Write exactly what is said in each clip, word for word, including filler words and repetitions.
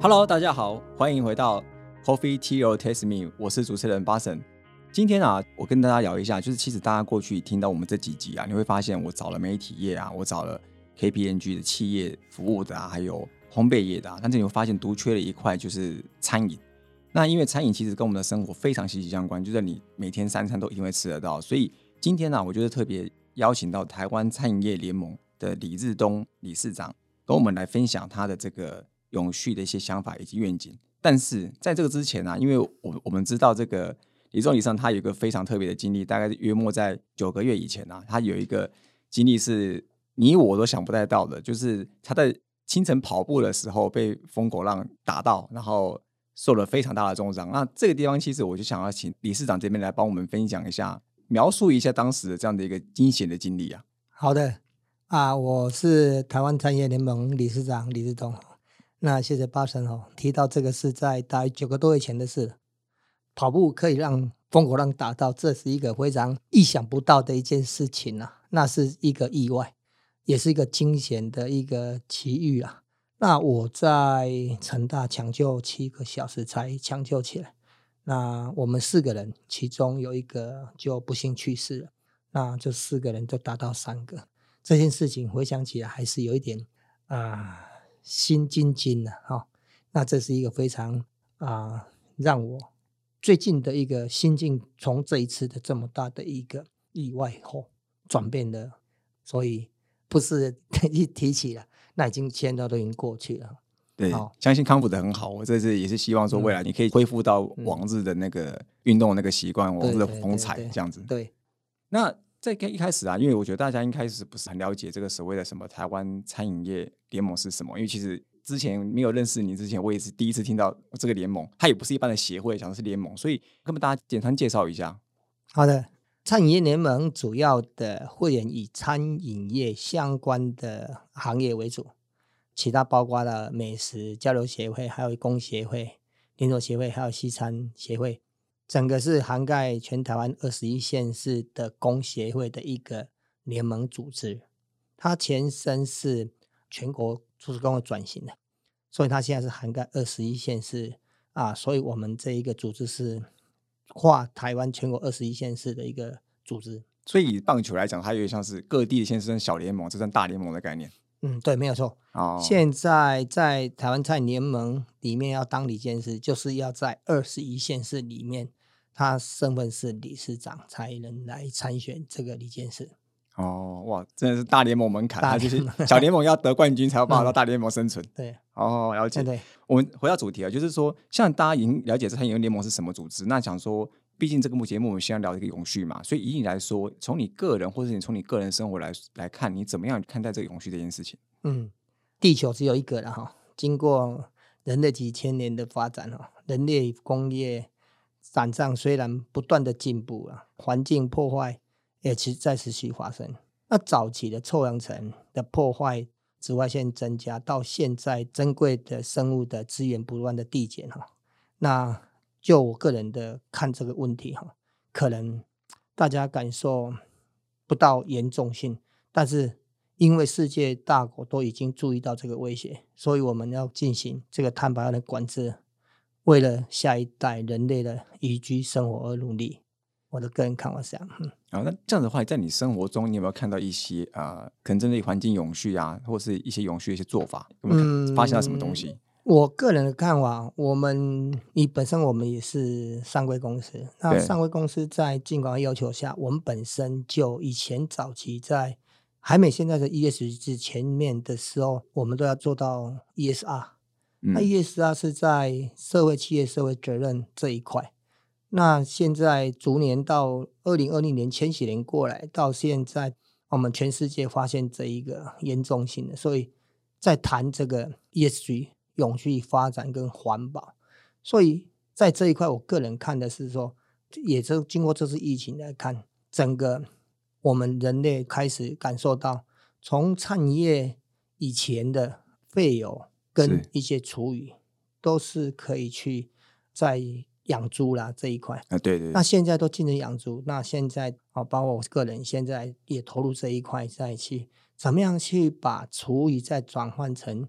Hello， 大家好，欢迎回到 Coffee Tea or Taste Me， 我是主持人巴神。今天啊，我跟大家聊一下，就是其实大家过去听到我们这几集啊，你会发现我找了媒体业啊，我找了 K P M G 的企业服务的啊，还有烘焙业的啊，但是你会发现独缺了一块，就是餐饮。那因为餐饮其实跟我们的生活非常息息相关，就是你每天三餐都一定会吃得到，所以今天呢、啊，我觉得特别邀请到台湾餐饮业联盟的李日东理事长，跟我们来分享他的这个永续的一些想法以及愿景。但是在这个之前啊，因为我我们知道这个李日东理事长他有一个非常特别的经历，大概约莫在九个月以前啊，他有一个经历是你我都想不太到的，就是他在清晨跑步的时候被疯狗浪打到，然后受了非常大的重伤。那这个地方其实我就想要请理事长这边来帮我们分享一下，描述一下当时的这样的一个惊险的经历啊。 好的啊，我是台湾餐业联盟理事长李日东。那谢谢巴神哦，提到这个是在大概九个多月前的事，跑步可以让疯狗浪打到，这是一个非常意想不到的一件事情啊，那是一个意外，也是一个惊险的一个奇遇啊。那我在成大抢救七个小时才抢救起来，那我们四个人其中有一个就不幸去世了，那这四个人就达到三个。这件事情回想起来还是有一点啊、心惊惊的、哦、那这是一个非常啊、让我最近的一个心境，从这一次的这么大的一个意外后转变了，所以不是一提起了，那已经现在都已经过去了。 对、 哦、 相信康复的很好，我这次也是希望说未来你可以恢复到往日的那个运动的那个习惯、嗯、往日的风采这样子。 对，对对对， 那在一开始啊，因为我觉得大家一开始不是很了解这个所谓的什么台湾餐饮业联盟是什么，因为其实之前没有认识你之前，我也是第一次听到这个联盟，它也不是一般的协会，讲的是联盟，所以跟大家简单介绍一下。 好的，餐饮业联盟主要的会员以餐饮业相关的行业为主，其他包括了美食交流协会，还有工协会、连锁协会，还有西餐协会，整个是涵盖全台湾二十一县市的工协会的一个联盟组织。它前身是全国厨师工会转型的，所以它现在是涵盖二十一县市啊，所以我们这一个组织是跨台湾全国二十一县市的一个组织。 所以以棒球来讲，它有点像是各地的县市小联盟，这算大联盟的概念。 嗯，对，没有错。 哦， 现在在台湾餐饮联盟里面要当理监事，就是要在二十一县市里面，他身份是理事长才能来参选这个理监事。 哦，哇，真的是大联盟门槛，它就是小联盟要得冠军才有办法到大联盟生存。 嗯、对， 哦，了解。 对对， 我们回到主题啊，就是说，像大家已经了解这餐饮联盟是什么组织，那想说，毕竟这个节目我们先聊一个永续嘛，所以以你来说，从你个人或者你从你个人生活来来看，你怎么样看待这个永续这件事情？ 嗯，地球只有一个了哈，经过人类几千年的发展哈，人类工业展上虽然不断的进步了，环境破坏也其实在持续发生。那早期的臭氧层的破坏，紫外线增加，到现在珍贵的生物的资源不断的递减哈。那就我个人的看这个问题哈，可能大家感受不到严重性，但是因为世界大国都已经注意到这个威胁，所以我们要进行这个碳排放的管制，为了下一代人类的宜居生活而努力。我的个人看法是这样。嗯啊，那这样的话，在你生活中，你有没有看到一些呃，可能针对环境永续啊，或是一些永续的一些做法，有没有、嗯、发现到什么东西？ 我个人的看法，我们你本身我们也是上柜公司，那上柜公司在尽管要求下，我们本身就以前早期在还没现在的 E S G 前面的时候，我们都要做到 E S R、嗯、那 E S R 是在社会企业社会责任这一块。那现在逐年到二零二零年千禧年过来，到现在我们全世界发现这一个严重性的，所以在谈这个 E S G 永续发展跟环保。所以在这一块我个人看的是说，也就经过这次疫情来看，整个我们人类开始感受到，从餐饮业以前的废油跟一些厨余都是可以去在养猪啦这一块、 啊、对 对, 对， 那现在都进入养猪，那现在、哦、包括我个人现在也投入这一块，再去怎么样去把厨余再转换成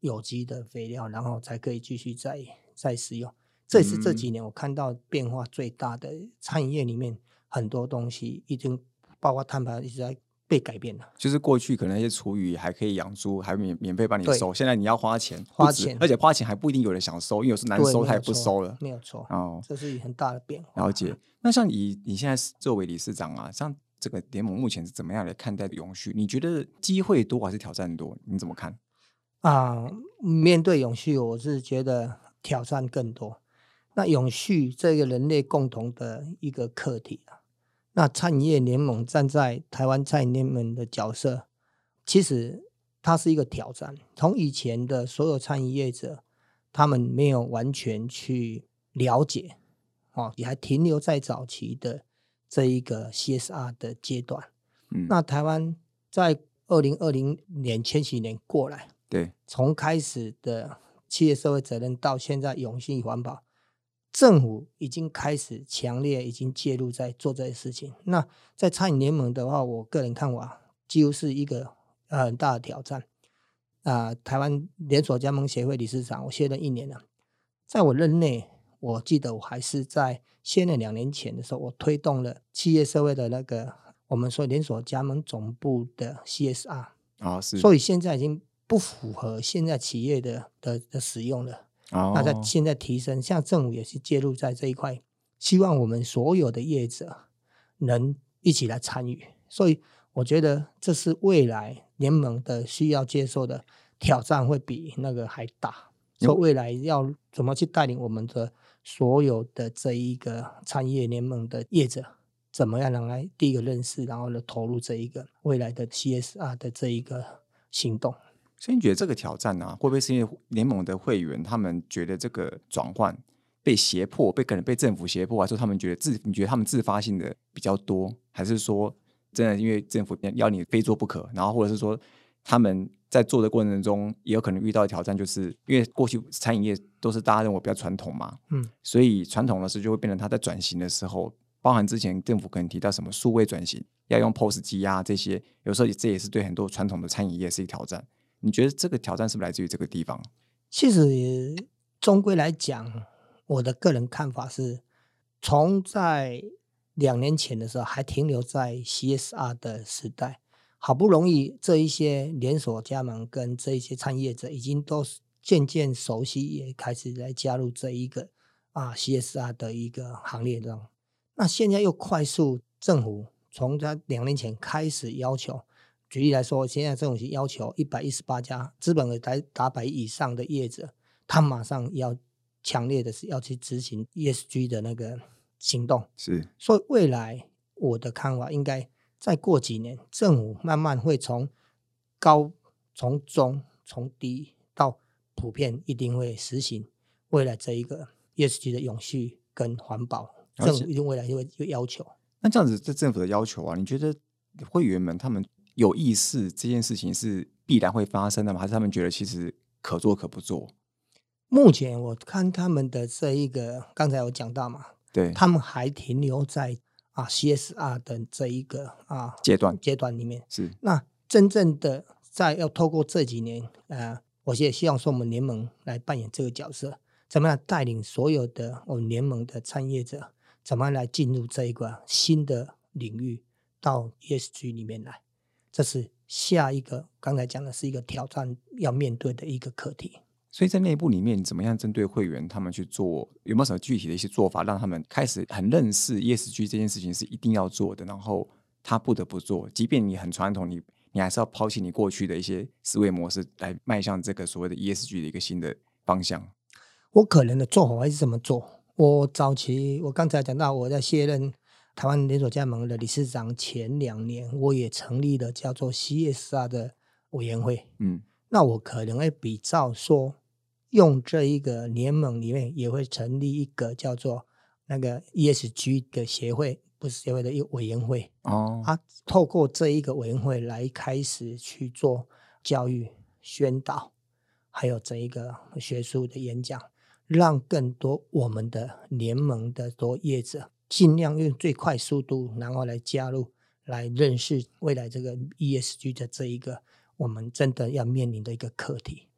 有机的肥料，然后才可以继续再再使用。这也是这几年我看到变化最大的，餐饮业里面很多东西已经包括碳排一直在被改变了。 就是过去可能那些厨余还可以养猪，还免免费帮你收， 对现在你要花钱， 花钱， 而且花钱还不一定有人想收，因为有时难对， 收他也没有错不收了。 没有错， 哦， 这是很大的变化。 了解。那像你你现在作为理事长啊，像这个联盟目前是怎么样来看待永续？你觉得机会多还是挑战多？你怎么看？ 啊，面对永续，我是觉得挑战更多。那永续这个人类共同的一个课题啊，那餐饮业联盟站在台湾餐饮联盟的角色，其实它是一个挑战。从以前的所有餐饮业者，他们没有完全去了解，哦，也还停留在早期的这一个 C S R 的阶段。 嗯， 那台湾在二零二零年千禧年过来， 对， 从开始的企业社会责任到现在永续环保，政府已经开始强烈已经介入在做这些事情。那在餐饮联盟的话，我个人看法几乎是一个呃很大的挑战。啊、呃，台湾连锁加盟协会理事长，我卸任一年了。在我任内，我记得我还是在卸任两年前的时候，我推动了企业社会的那个我们说连锁加盟总部的 C S R。 啊、是， 所以现在已经不符合现在企业的的的使用了。 哦， 那在现在提升，像政府也是介入在这一块，希望我们所有的业者能一起来参与。所以我觉得这是未来联盟的需要接受的挑战，会比那个还大。所以未来要怎么去带领我们的所有的这一个产业联盟的业者，怎么样让来第一个认识，然后呢投入这一个未来的 C S R 的这一个行动。 所以你觉得这个挑战啊，会不会是因为联盟的会员他们觉得这个转换被胁迫，被可能被政府胁迫，还是说他们觉得自你觉得他们自发性的比较多，还是说真的因为政府要你非做不可，然后或者是说他们在做的过程中也有可能遇到的挑战，就是因为过去餐饮业都是大家认为比较传统嘛， 嗯， 所以传统的事就会变成他在转型的时候，包含之前政府可能提到什么数位转型，要用 P O S 机啊这些，有时候这也是对很多传统的餐饮业是一个挑战。你觉得这个挑战是不是来自于这个地方？ 其实终归来讲，我的个人看法是，从在两年前的时候还停留在 C S R 的时代，好不容易这一些连锁加盟跟这一些产业者已经都渐渐熟悉，也开始来加入这一个啊 C S R 的一个行列中。那现在又快速政府从在两年前开始要求，举例来说，现在政府是要求一百一十八家资本额达达百亿以上的业者，他马上要强烈的是要去执行 E S G 的那个行动。 是， 所以未来我的看法应该再过几年，政府慢慢会从高、从中、从低到普遍，一定会实行未来这一个 E S G 的永续跟环保，政府一定未来就会有要求。 那这样子，这政府的要求啊，你觉得会员们他们有意识这件事情是必然会发生的吗？还是他们觉得其实可做可不做？ 目前我看他们的这一个，刚才有讲到嘛， 对， 他们还停留在啊 C S R 的这一个啊阶段阶段里面。 是， 那真正的在要透过这几年，呃，我也希望说我们联盟来扮演这个角色，怎么样带领所有的我们联盟的参业者，怎么样来进入这一个新的领域，到 E S G 里面来，这是下一个刚才讲的是一个挑战要面对的一个课题。 所以在内部里面，怎么样针对会员他们去做，有没有什么具体的一些做法，让他们开始很认识 E S G 这件事情是一定要做的，然后他不得不做，即便你很传统，你你还是要抛弃你过去的一些思维模式，来迈向这个所谓的 E S G 的一个新的方向。 我可能的做法会是怎么做？我早期我刚才讲到我在卸任台湾连锁加盟的理事长前两年，我也成立了叫做 C S R 的委员会。 嗯， 那我可能会比照说，用这一个联盟里面也会成立一个叫做那个 E S G 的协会，不是协会的一个委员会。 哦， 啊，透过这一个委员会来开始去做教育宣导，还有这一个学术的演讲，让更多我们的联盟的多业者尽量用最快速度，然后来加入，来认识未来这个 E S G 的这一个我们真的要面临的一个课题。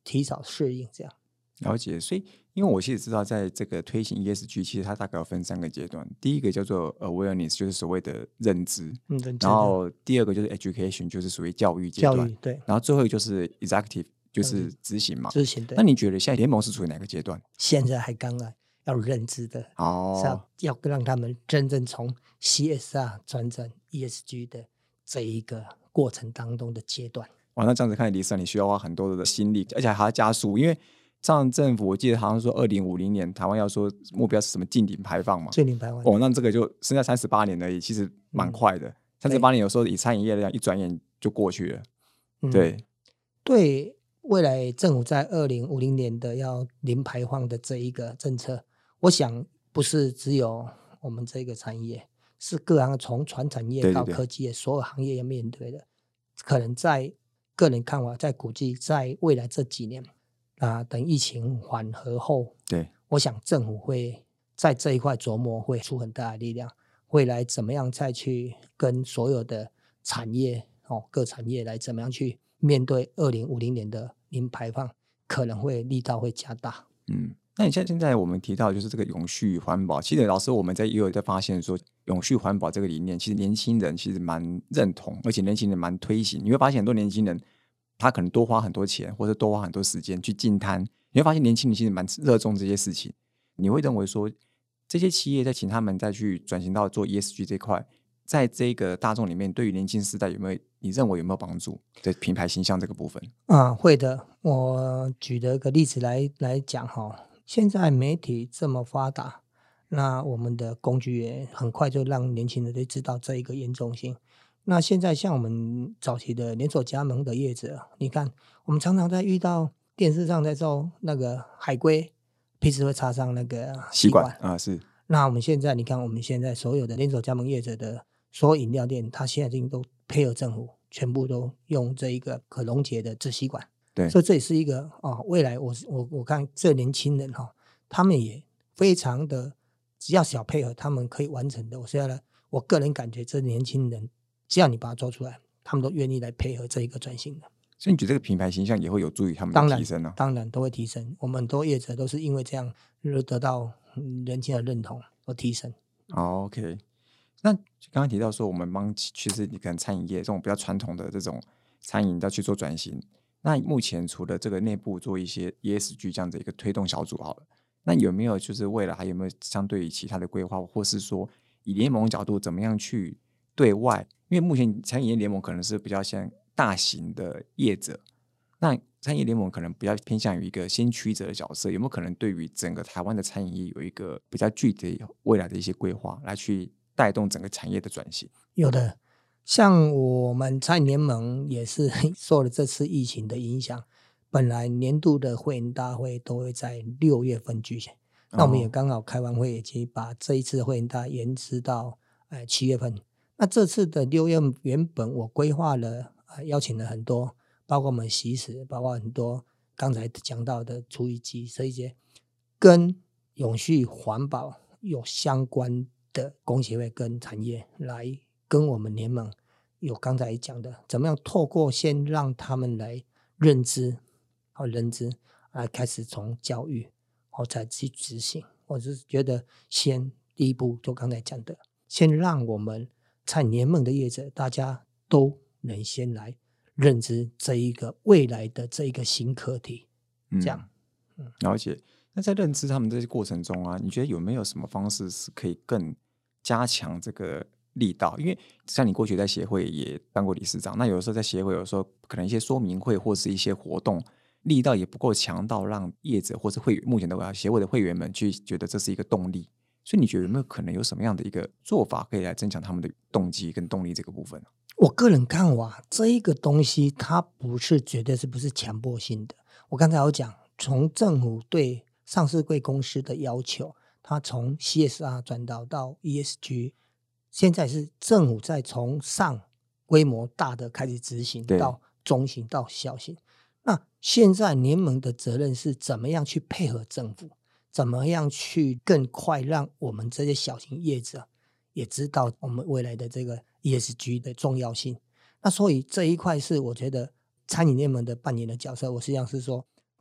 提早适应这样。 了解，所以因为我其实知道，在这个推行 E S G， 其实它大概要分三个阶段。第一个叫做 awareness， 就是所谓的认知， 嗯，认知然后第二个就是 education， 就是属于教育阶段， 教育对， 然后最后一个就是 executive， 就是执行嘛。 执行对。 那你觉得现在联盟是处于哪个阶段？ 现在还刚刚要认知的， 哦， 是要要让他们真正从 C S R 转成 E S G 的这一个过程当中的阶段。 哇，那这样子看来，李生你需要花很多的心力，而且还要加速，因为上政府我记得好像说二零五零年台湾要说目标是什么净零排放嘛， 净零排放哦，那这个就剩下三十八年而已，其实蛮快的。三十八年有时候以餐饮业来讲，一转眼就过去了。 嗯、 对对，未来政府在二零五零年的要零排放的这一个政策，我想不是只有我们这个产业，是各行从传产业到科技业，对对对，所有行业要面对的。可能在个人看法，在估计在未来这几年啊，等疫情缓和后， 对， 我想政府会在这一块琢磨，会出很大的力量，会来怎么样再去跟所有的产业哦，各产业来怎么样去面对二零五零年的零排放，可能会力道会加大。 嗯，那你现在现在我们提到就是这个永续环保，其实老师我们在也有在发现说，永续环保这个理念，其实年轻人其实蛮认同，而且年轻人蛮推行。你会发现很多年轻人他可能多花很多钱，或者多花很多时间去净滩，你会发现年轻人其实蛮热衷这些事情。你会认为说，这些企业在请他们再去转型到做 E S G 这块，在这个大众里面，对于年轻世代有没有你认为有没有帮助？在品牌形象这个部分啊，会的。我举的一个例子来来讲哈，现在媒体这么发达，那我们的工具也很快就让年轻人都知道这一个严重性。那现在像我们早期的连锁加盟的业者，你看我们常常在遇到电视上在做那个海龟，平时会插上那个吸管啊，是。 那我们现在你看，我们现在所有的连锁加盟业者的所有饮料店，它现在已经都配合政府，全部都用这一个可溶解的支吸管。 对， 所以这也是一个哦，未来我我我看这年轻人哈、哦，他们也非常的，只要小配合，他们可以完成的。我现在我个人感觉，这年轻人只要你把它做出来，他们都愿意来配合这一个转型的。 所以你觉得这个品牌形象也会有助于他们的提升呢、啊？ 当然，当然都会提升。我们很多业者都是因为这样得到人情的认同和提升。 哦、OK， 那刚刚提到说，我们帮其实你可能餐饮业这种比较传统的这种餐饮要去做转型。那目前除了这个内部做一些 E S G 这样的一个推动小组好了，那有没有就是未来还有没有相对于其他的规划，或是说以联盟角度怎么样去对外？因为目前餐饮业联盟可能是比较像大型的业者，那餐饮业联盟可能比较偏向于一个先驱者的角色，有没有可能对于整个台湾的餐饮业有一个比较具体未来的一些规划，来去带动整个产业的转型？ 有的。像我们餐饮联盟也是受了这次疫情的影响，本来年度的会员大会都会在六月份举行，哦、那我们也刚好开完会，以及把这一次的会员大会延迟到呃七月份。那这次的六月原本我规划了、呃，邀请了很多，包括我们习食，包括很多刚才讲到的厨艺机这一些跟永续环保有相关的工协会跟产业来。跟我们联盟有刚才讲的，怎么样透过先让他们来认知，好认知，来开始从教育，好再去执行。我是觉得先第一步就刚才讲的，先让我们餐饮联盟的业者大家都能先来认知这一个未来的这一个新课题，这样。 嗯，嗯了解。那在认知他们这些过程中啊，你觉得有没有什么方式是可以更加强这个力道？因为像你过去在协会也当过理事长，那有的时候在协会有时候可能一些说明会或是一些活动力道也不够强到让业者或是会员目前的协会的会员们去觉得这是一个动力，所以你觉得有没有可能有什么样的一个做法可以来增强他们的动机跟动力这个部分？ 我个人看法，这一个东西它不是绝对是不是强迫性的。我刚才有讲，从政府对上市柜公司的要求，它从 C S R 转导到 E S G，现在是政府在从上规模大的开始执行，到中型到小型。那现在联盟的责任是怎么样去配合政府，怎么样去更快让我们这些小型业者也知道我们未来的这个 E S G 的重要性。那所以这一块是我觉得餐饮联盟的扮演的角色，我实际上是说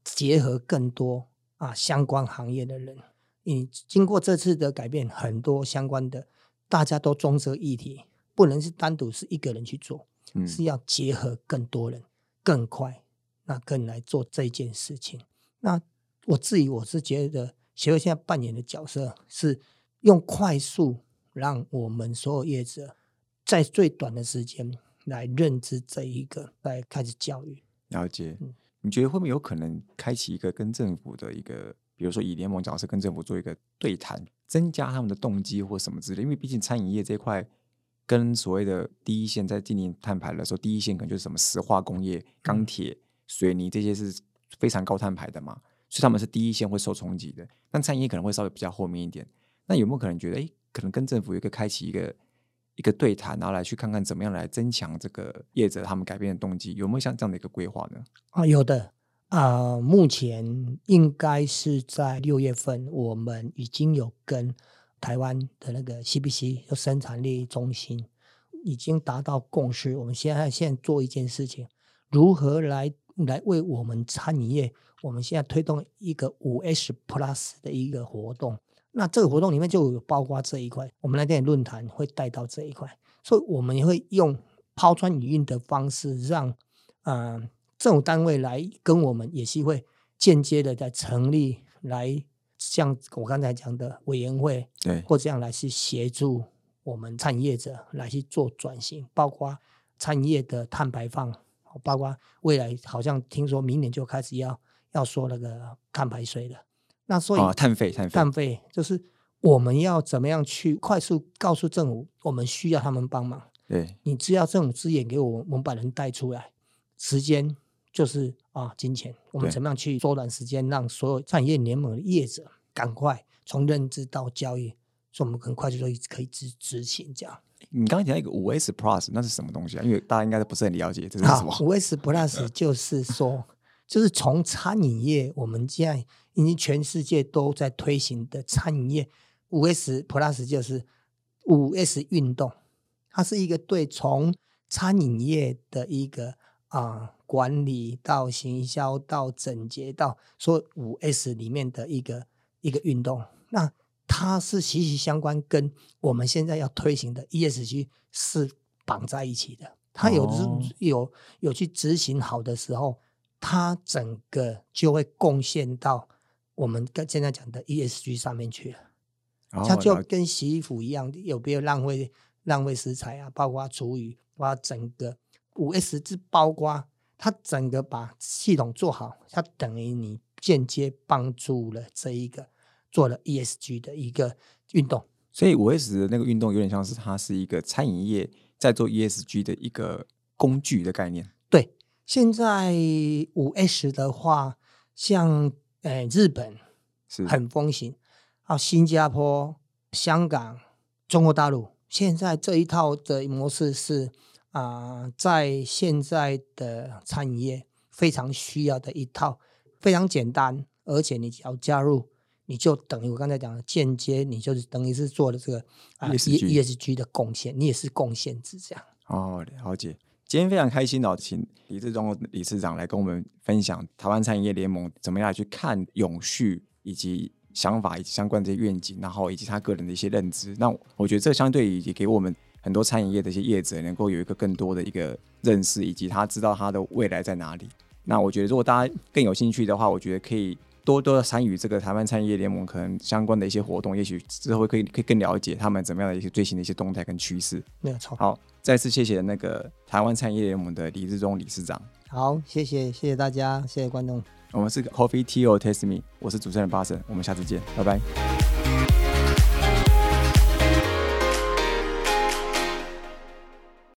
结合更多啊相关行业的人。你经过这次的改变，很多相关的大家都重视议题，不能是单独是一个人去做，嗯、是要结合更多人，更快，那更来做这件事情。那我自己我是觉得协会现在扮演的角色是用快速让我们所有业者在最短的时间来认知这一个，来开始教育。 了解。嗯、你觉得会不会有可能开启一个跟政府的一个，比如说以联盟角色跟政府做一个对谈，增加他们的动机或什么之类？因为毕竟餐饮业这一块跟所谓的第一线在今年碳排的时候，第一线可能就是什么石化工业、钢铁、水泥这些是非常高碳排的嘛，所以他们是第一线会受冲击的。但餐饮业可能会稍微比较后面一点。那有没有可能觉得，哎，可能跟政府有一个开启一个一个对谈，然后来去看看怎么样来增强这个业者他们改变的动机？有没有像这样的一个规划呢？ 啊，有的。啊、呃，目前应该是在六月份，我们已经有跟台湾的那个 C B C 就生产力中心已经达到共识。我们现在现在做一件事情，如何来来为我们餐饮业，我们现在推动一个 五 S Plus 的一个活动。那这个活动里面就有包括这一块，我们那天论坛会带到这一块，所以我们也会用抛砖引玉的方式让，呃政府单位来跟我们也是会间接的在成立，来像我刚才讲的委员会， 对， 或这样来去协助我们餐饮业者来去做转型，包括餐饮业的碳排放，包括未来好像听说明年就开始要要说那个碳排税了。那所以、 哦、碳费碳费碳费就是我们要怎么样去快速告诉政府，我们需要他们帮忙。 对， 你只要政府资源给我们，我们把人带出来，时间就是啊金钱，我们怎么样去缩短时间，让所有产业联盟的业者赶快从认知到教育，所以我们很快就可以执执行这样。 你刚刚讲一个 五 S Plus 那是什么东西啊？因为大家应该都不是很了解这是什么。 五 S Plus 就是说就是从餐饮业，我们现在已经全世界都在推行的餐饮业， 五 S Plus 就是五 S 运动，它是一个对从餐饮业的一个啊、管理到行销到整洁到所有 五 S 里面的一个一个运动。那它是息息相关，跟我们现在要推行的 E S G 是绑在一起的。它有、哦、有有去执行好的时候，它整个就会贡献到我们现在讲的 E S G 上面去了。哦、它就跟洗衣服一样，有没有浪费浪费食材啊，包括厨余，包括整个五 S 是包括它整个把系统做好，它等于你间接帮助了这一个做了 E S G 的一个运动。 所以 五 S 的那个运动有点像是它是一个餐饮业在做 E S G 的一个工具的概念。 对，现在 五 S 的话，像、呃、日本很风行，还有新加坡、香港、中国大陆，现在这一套的模式是呃、在现在的餐饮业非常需要的一套，非常简单，而且你只要加入，你就等于我刚才讲的间接，你就是等于是做了这个、呃、E S G, E S G 的贡献，你也是贡献者这样。 哦，了解。今天非常开心哦，请李志忠理事长来跟我们分享台湾餐饮业联盟怎么样来去看永续以及想法以及相关的这些愿景，然后以及他个人的一些认知。那我觉得这相对也给我们很多餐饮业的一些业者能够有一个更多的一个认识，以及他知道他的未来在哪里。那我觉得如果大家更有兴趣的话，我觉得可以多多参与这个台湾餐饮业联盟可能相关的一些活动，也许之后可以可以更了解他们怎么样的一些最新的一些动态跟趋势。 没有错。 好，再次谢谢那个台湾餐饮业联盟的李志忠理事长。 好，谢谢谢谢大家，谢谢观众。 我们是 Coffee Tea or Taste Me， 我是主持人巴神，我们下次见，拜拜。